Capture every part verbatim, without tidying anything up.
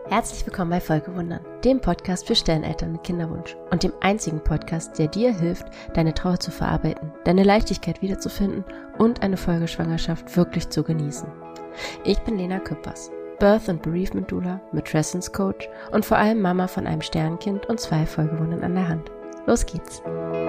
Herzlich willkommen bei Folgewundern, dem Podcast für Sterneltern mit Kinderwunsch und dem einzigen Podcast, der dir hilft, deine Trauer zu verarbeiten, deine Leichtigkeit wiederzufinden und eine Folgeschwangerschaft wirklich zu genießen. Ich bin Lena Küppers, Birth- and Bereavement Doula, Matrescence Coach und vor allem Mama von einem Sternkind und zwei Folgewundern an der Hand. Los geht's!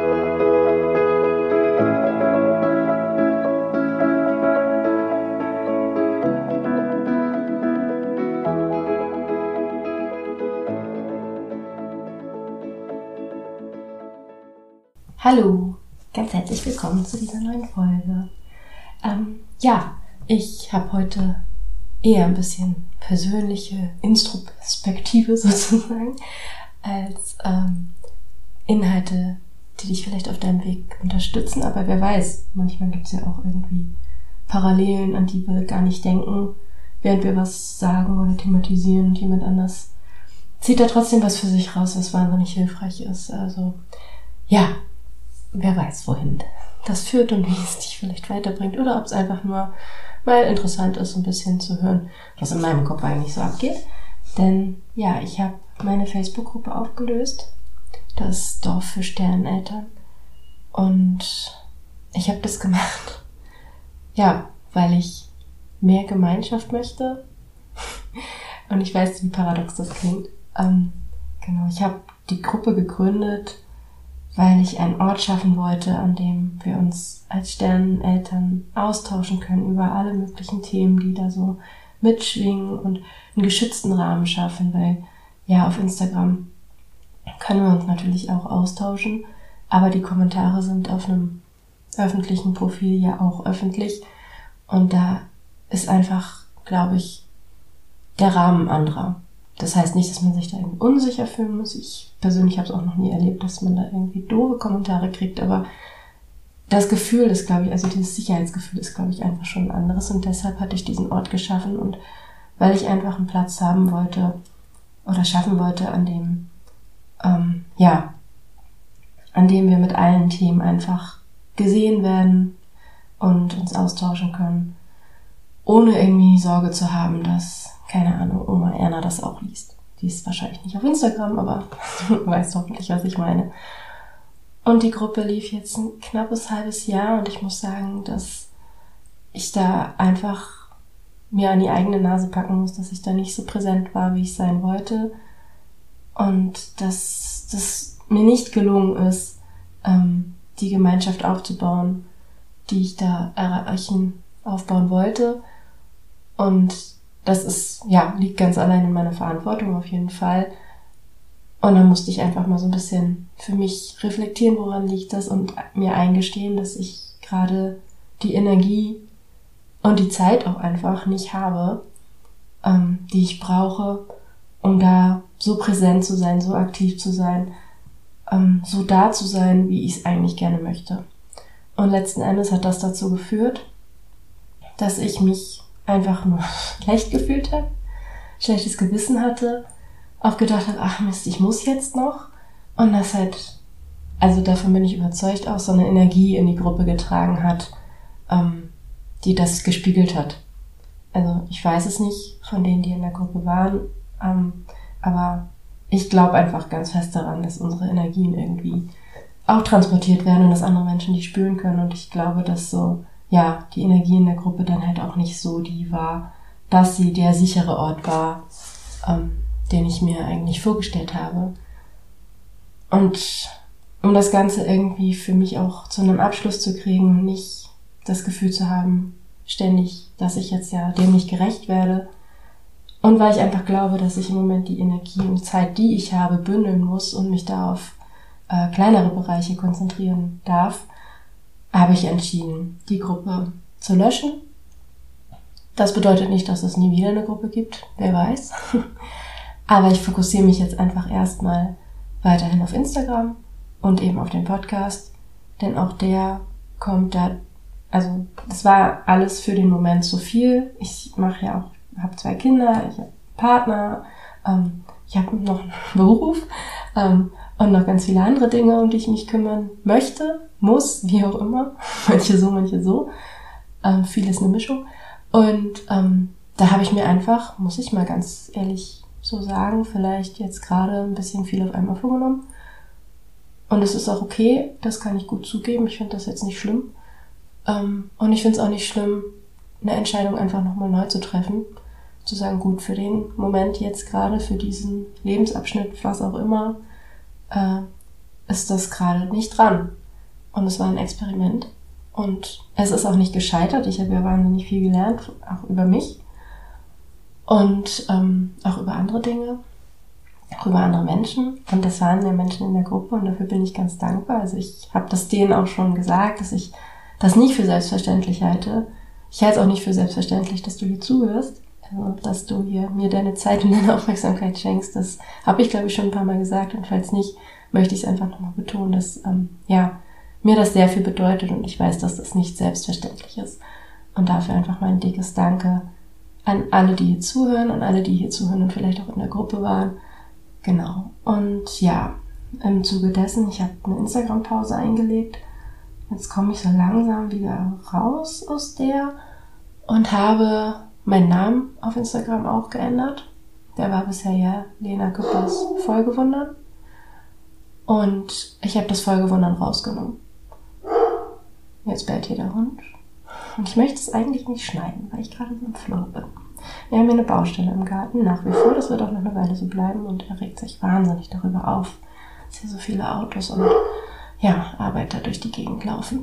Hallo, ganz herzlich willkommen zu dieser neuen Folge. Ähm, ja, ich habe heute eher ein bisschen persönliche Introspektive sozusagen als ähm, Inhalte, die dich vielleicht auf deinem Weg unterstützen. Aber wer weiß, manchmal gibt es ja auch irgendwie Parallelen, an die wir gar nicht denken, während wir was sagen oder thematisieren und jemand anders zieht da trotzdem was für sich raus, was wahnsinnig hilfreich ist. Also ja, wer weiß, wohin das führt und wie es dich vielleicht weiterbringt oder ob es einfach nur mal interessant ist, ein bisschen zu hören, was in meinem Kopf eigentlich so abgeht. Denn ja, ich habe meine Facebook-Gruppe aufgelöst, das Dorf für Sterneltern, und ich habe das gemacht, ja, weil ich mehr Gemeinschaft möchte und ich weiß, wie paradox das klingt. Ähm, genau, ich habe die Gruppe gegründet, weil ich einen Ort schaffen wollte, an dem wir uns als Sterneneltern austauschen können über alle möglichen Themen, die da so mitschwingen, und einen geschützten Rahmen schaffen, weil ja, auf Instagram können wir uns natürlich auch austauschen, aber die Kommentare sind auf einem öffentlichen Profil ja auch öffentlich, und da ist einfach, glaube ich, der Rahmen anderer. Das heißt nicht, dass man sich da irgendwie unsicher fühlen muss. Ich persönlich habe es auch noch nie erlebt, dass man da irgendwie doofe Kommentare kriegt, aber das Gefühl ist, glaube ich, also dieses Sicherheitsgefühl ist, glaube ich, einfach schon ein anderes, und deshalb hatte ich diesen Ort geschaffen, und weil ich einfach einen Platz haben wollte oder schaffen wollte, an dem, ähm, ja, an dem wir mit allen Themen einfach gesehen werden und uns austauschen können, ohne irgendwie Sorge zu haben, dass, keine Ahnung, Oma Erna das auch liest. Die ist wahrscheinlich nicht auf Instagram, aber du weißt hoffentlich, was ich meine. Und die Gruppe lief jetzt ein knappes halbes Jahr, und ich muss sagen, dass ich da einfach mir an die eigene Nase packen muss, dass ich da nicht so präsent war, wie ich sein wollte, und dass das mir nicht gelungen ist, ähm, die Gemeinschaft aufzubauen, die ich da erreichen, aufbauen wollte. Und das ist, ja, liegt ganz allein in meiner Verantwortung auf jeden Fall. Und dann musste ich einfach mal so ein bisschen für mich reflektieren, woran liegt das, und mir eingestehen, dass ich gerade die Energie und die Zeit auch einfach nicht habe, ähm, die ich brauche, um da so präsent zu sein, so aktiv zu sein, ähm, so da zu sein, wie ich es eigentlich gerne möchte. Und letzten Endes hat das dazu geführt, dass ich mich einfach nur schlecht gefühlt habe, schlechtes Gewissen hatte, auch gedacht habe, ach Mist, ich muss jetzt noch, und das halt, also davon bin ich überzeugt, auch so eine Energie in die Gruppe getragen hat, ähm, die das gespiegelt hat. Also ich weiß es nicht von denen, die in der Gruppe waren, ähm, aber ich glaube einfach ganz fest daran, dass unsere Energien irgendwie auch transportiert werden und dass andere Menschen die spüren können, und ich glaube, dass so ja, die Energie in der Gruppe dann halt auch nicht so die war, dass sie der sichere Ort war, ähm, den ich mir eigentlich vorgestellt habe. Und um das Ganze irgendwie für mich auch zu einem Abschluss zu kriegen und nicht das Gefühl zu haben, ständig, dass ich jetzt ja dem nicht gerecht werde, und weil ich einfach glaube, dass ich im Moment die Energie und Zeit, die ich habe, bündeln muss und mich da auf äh, kleinere Bereiche konzentrieren darf, habe ich entschieden, die Gruppe zu löschen. Das bedeutet nicht, dass es nie wieder eine Gruppe gibt, wer weiß. Aber ich fokussiere mich jetzt einfach erstmal weiterhin auf Instagram und eben auf den Podcast, denn auch der kommt da, also das war alles für den Moment zu viel. Ich mache ja auch, habe zwei Kinder, ich habe einen Partner, ähm, ich habe noch einen Beruf, ähm, und noch ganz viele andere Dinge, um die ich mich kümmern möchte, muss, wie auch immer. Manche so, manche so. Ähm, viel ist eine Mischung. Und ähm, da habe ich mir einfach, muss ich mal ganz ehrlich so sagen, vielleicht jetzt gerade ein bisschen viel auf einmal vorgenommen. Und es ist auch okay, das kann ich gut zugeben. Ich finde das jetzt nicht schlimm. Ähm, und ich finde es auch nicht schlimm, eine Entscheidung einfach nochmal neu zu treffen. Zu sagen, gut, für den Moment jetzt gerade, für diesen Lebensabschnitt, was auch immer, äh, ist das gerade nicht dran. Und es war ein Experiment. Und es ist auch nicht gescheitert. Ich habe ja wahnsinnig viel gelernt, auch über mich. Und ähm, auch über andere Dinge, auch über andere Menschen. Und das waren ja Menschen in der Gruppe und dafür bin ich ganz dankbar. Also ich habe das denen auch schon gesagt, dass ich das nicht für selbstverständlich halte. Ich halte es auch nicht für selbstverständlich, dass du hier zuhörst, also, dass du hier mir deine Zeit und deine Aufmerksamkeit schenkst. Das habe ich, glaube ich, schon ein paar Mal gesagt. Und falls nicht, möchte ich es einfach nochmal betonen, dass ähm, ja mir das sehr viel bedeutet und ich weiß, dass das nicht selbstverständlich ist. Und dafür einfach mal ein dickes Danke an alle, die hier zuhören und alle, die hier zuhören und vielleicht auch in der Gruppe waren. Genau. Und ja, im Zuge dessen, ich habe eine Instagram-Pause eingelegt. Jetzt komme ich so langsam wieder raus aus der und habe meinen Namen auf Instagram auch geändert. Der war bisher ja Lena Küppers Vollgewundern. Und ich habe das Vollgewundern rausgenommen. Jetzt bellt hier der Hund. Und ich möchte es eigentlich nicht schneiden, weil ich gerade im Flow bin. Wir haben hier eine Baustelle im Garten, nach wie vor. Das wird auch noch eine Weile so bleiben und er regt sich wahnsinnig darüber auf, dass hier so viele Autos und ja, Arbeiter durch die Gegend laufen.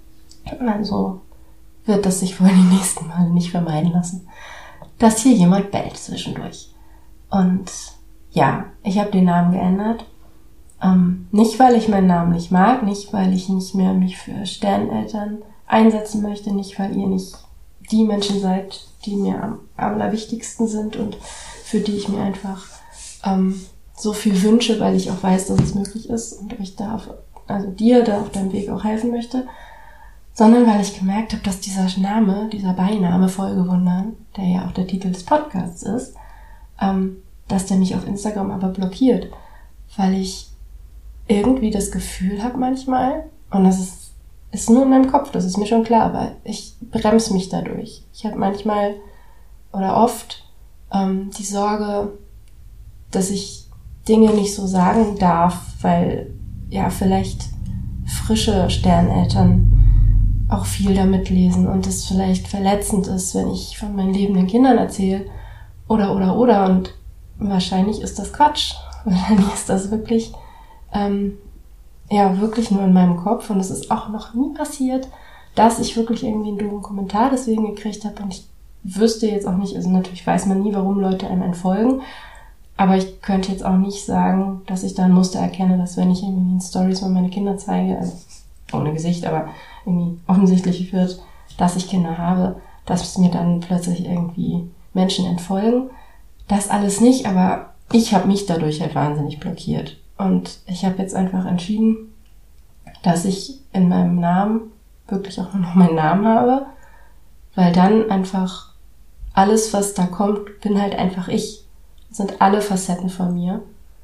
Also wird das sich wohl die nächsten Male nicht vermeiden lassen, dass hier jemand bellt zwischendurch. Und ja, ich habe den Namen geändert. Ähm, nicht, weil ich meinen Namen nicht mag, nicht, weil ich nicht mehr mich für Sterneltern einsetzen möchte, nicht, weil ihr nicht die Menschen seid, die mir am allerwichtigsten sind und für die ich mir einfach ähm, so viel wünsche, weil ich auch weiß, dass es möglich ist und euch da auf, also dir da auf deinem Weg auch helfen möchte, sondern weil ich gemerkt habe, dass dieser Name, dieser Beiname Vollgewundern, der ja auch der Titel des Podcasts ist, ähm, dass der mich auf Instagram aber blockiert, weil ich irgendwie das Gefühl habe manchmal, und das ist, ist nur in meinem Kopf, das ist mir schon klar, aber ich bremse mich dadurch. Ich habe manchmal oder oft ähm, die Sorge, dass ich Dinge nicht so sagen darf, weil ja vielleicht frische Sterneltern auch viel damit lesen und es vielleicht verletzend ist, wenn ich von meinen lebenden Kindern erzähle oder oder oder und wahrscheinlich ist das Quatsch, wahrscheinlich ist das wirklich ähm, ja wirklich nur in meinem Kopf und es ist auch noch nie passiert, dass ich wirklich irgendwie einen doofen Kommentar deswegen gekriegt habe und ich wüsste jetzt auch nicht, also natürlich weiß man nie, warum Leute einem entfolgen, aber ich könnte jetzt auch nicht sagen, dass ich da ein Muster erkenne, dass wenn ich irgendwie in Stories mal meine Kinder zeige, also ohne Gesicht, aber irgendwie offensichtlich wird, dass ich Kinder habe, dass mir dann plötzlich irgendwie Menschen entfolgen. Das alles nicht, aber ich habe mich dadurch halt wahnsinnig blockiert. Und ich habe jetzt einfach entschieden, dass ich in meinem Namen wirklich auch nur noch meinen Namen habe, weil dann einfach alles, was da kommt, bin halt einfach ich. Das sind alle Facetten von mir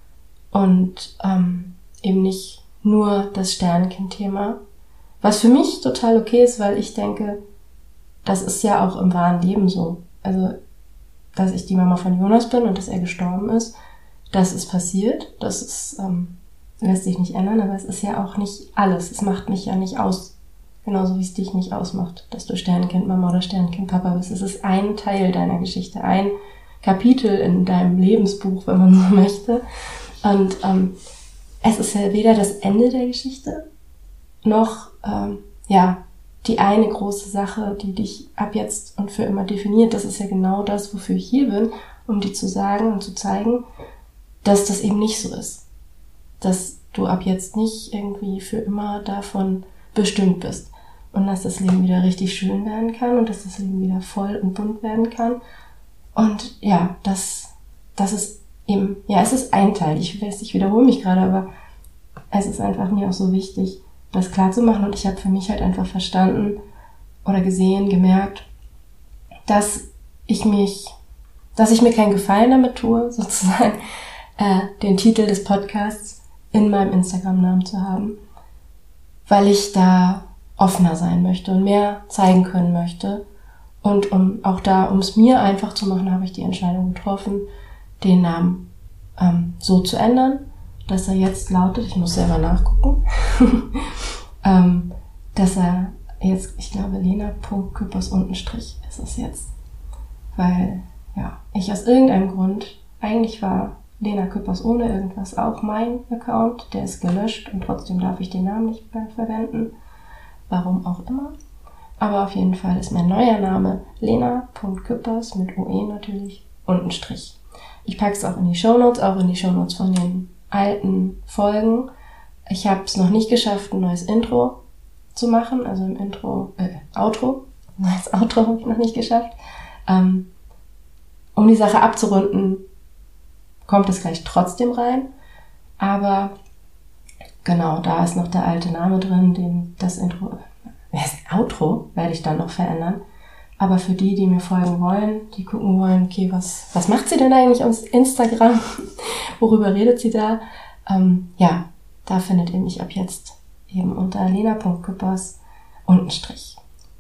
und ähm, eben nicht nur das Sternenkind-Thema, was für mich total okay ist, weil ich denke, das ist ja auch im wahren Leben so. Also, dass ich die Mama von Jonas bin und dass er gestorben ist, das ist passiert, das ist, ähm, lässt sich nicht ändern, aber es ist ja auch nicht alles. Es macht mich ja nicht aus, genauso wie es dich nicht ausmacht, dass du Sternenkind-Mama oder Sternenkind-Papa bist. Es ist ein Teil deiner Geschichte, ein Kapitel in deinem Lebensbuch, wenn man so möchte. Und ähm, es ist ja weder das Ende der Geschichte, noch ähm, ja die eine große Sache, die dich ab jetzt und für immer definiert. Das ist ja genau das, wofür ich hier bin, um dir zu sagen und zu zeigen, dass das eben nicht so ist. Dass du ab jetzt nicht irgendwie für immer davon bestimmt bist. Und dass das Leben wieder richtig schön werden kann und dass das Leben wieder voll und bunt werden kann. Und ja, das, das ist eben, ja, es ist ein Teil. Ich weiß, ich wiederhole mich gerade, aber es ist einfach mir auch so wichtig, das klar zu machen. Und ich habe für mich halt einfach verstanden oder gesehen, gemerkt, dass ich mich, dass ich mir keinen Gefallen damit tue, sozusagen, äh, den Titel des Podcasts in meinem Instagram-Namen zu haben, weil ich da offener sein möchte und mehr zeigen können möchte. Und um auch da, um es mir einfach zu machen, habe ich die Entscheidung getroffen, den Namen ähm, so zu ändern, dass er jetzt lautet, ich muss selber nachgucken, ähm, dass er jetzt, ich glaube, Lena.Küppers Untenstrich ist es jetzt. Weil, ja, ich aus irgendeinem Grund, eigentlich war Lena Küppers ohne irgendwas auch mein Account, der ist gelöscht und trotzdem darf ich den Namen nicht mehr verwenden. Warum auch immer. Aber auf jeden Fall ist mein neuer Name Lena.Küppers mit O E natürlich, Untenstrich. Ich packe es auch in die Shownotes, auch in die Shownotes von den alten Folgen. Ich habe es noch nicht geschafft, ein neues Intro zu machen, also im Intro, äh, Outro. Ein neues Outro habe ich noch nicht geschafft. Ähm, um die Sache abzurunden, kommt es gleich trotzdem rein. Aber genau, da ist noch der alte Name drin, den das Intro, das Outro werde ich dann noch verändern. Aber für die, die mir folgen wollen, die gucken wollen, okay, was, was macht sie denn eigentlich auf Instagram? Worüber redet sie da? Ähm, ja, da findet ihr mich ab jetzt eben unter Lena.Küppers Untenstrich.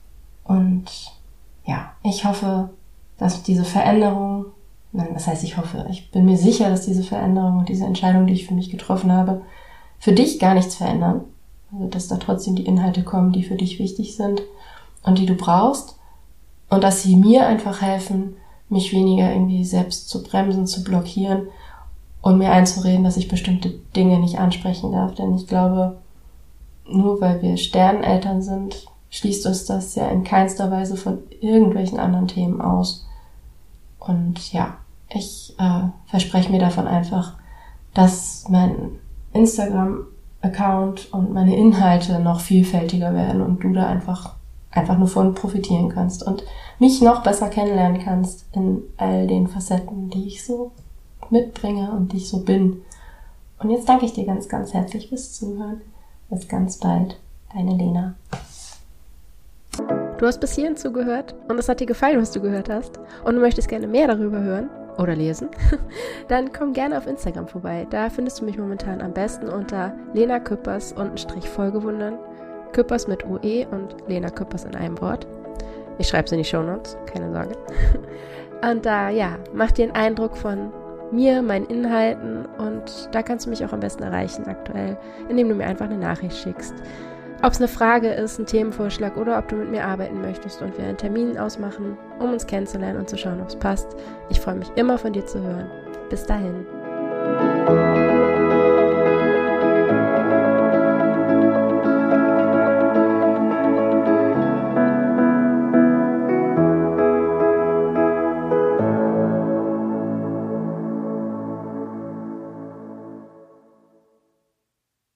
Und ja, ich hoffe, dass diese Veränderung, nein, das heißt, ich hoffe, ich bin mir sicher, dass diese Veränderung und diese Entscheidung, die ich für mich getroffen habe, für dich gar nichts verändern. Also, dass da trotzdem die Inhalte kommen, die für dich wichtig sind und die du brauchst. Und dass sie mir einfach helfen, mich weniger irgendwie selbst zu bremsen, zu blockieren und mir einzureden, dass ich bestimmte Dinge nicht ansprechen darf. Denn ich glaube, nur weil wir Sterneneltern sind, schließt uns das ja in keinster Weise von irgendwelchen anderen Themen aus. Und ja, ich äh, verspreche mir davon einfach, dass mein Instagram-Account und meine Inhalte noch vielfältiger werden und du da einfach einfach nur von profitieren kannst und mich noch besser kennenlernen kannst in all den Facetten, die ich so mitbringe und die ich so bin. Und jetzt danke ich dir ganz, ganz herzlich fürs Zuhören. Bis ganz bald, deine Lena. Du hast bis hierhin zugehört und es hat dir gefallen, was du gehört hast und du möchtest gerne mehr darüber hören oder lesen, dann komm gerne auf Instagram vorbei. Da findest du mich momentan am besten unter Lena Küppers Unterstrich Folgewundern. Küppers mit O E und Lena Küppers in einem Wort. Ich schreibe es in die Shownotes, keine Sorge. Und da, ja, mach dir einen Eindruck von mir, meinen Inhalten und da kannst du mich auch am besten erreichen aktuell, indem du mir einfach eine Nachricht schickst. Ob es eine Frage ist, ein Themenvorschlag oder ob du mit mir arbeiten möchtest und wir einen Termin ausmachen, um uns kennenzulernen und zu schauen, ob es passt. Ich freue mich immer von dir zu hören. Bis dahin.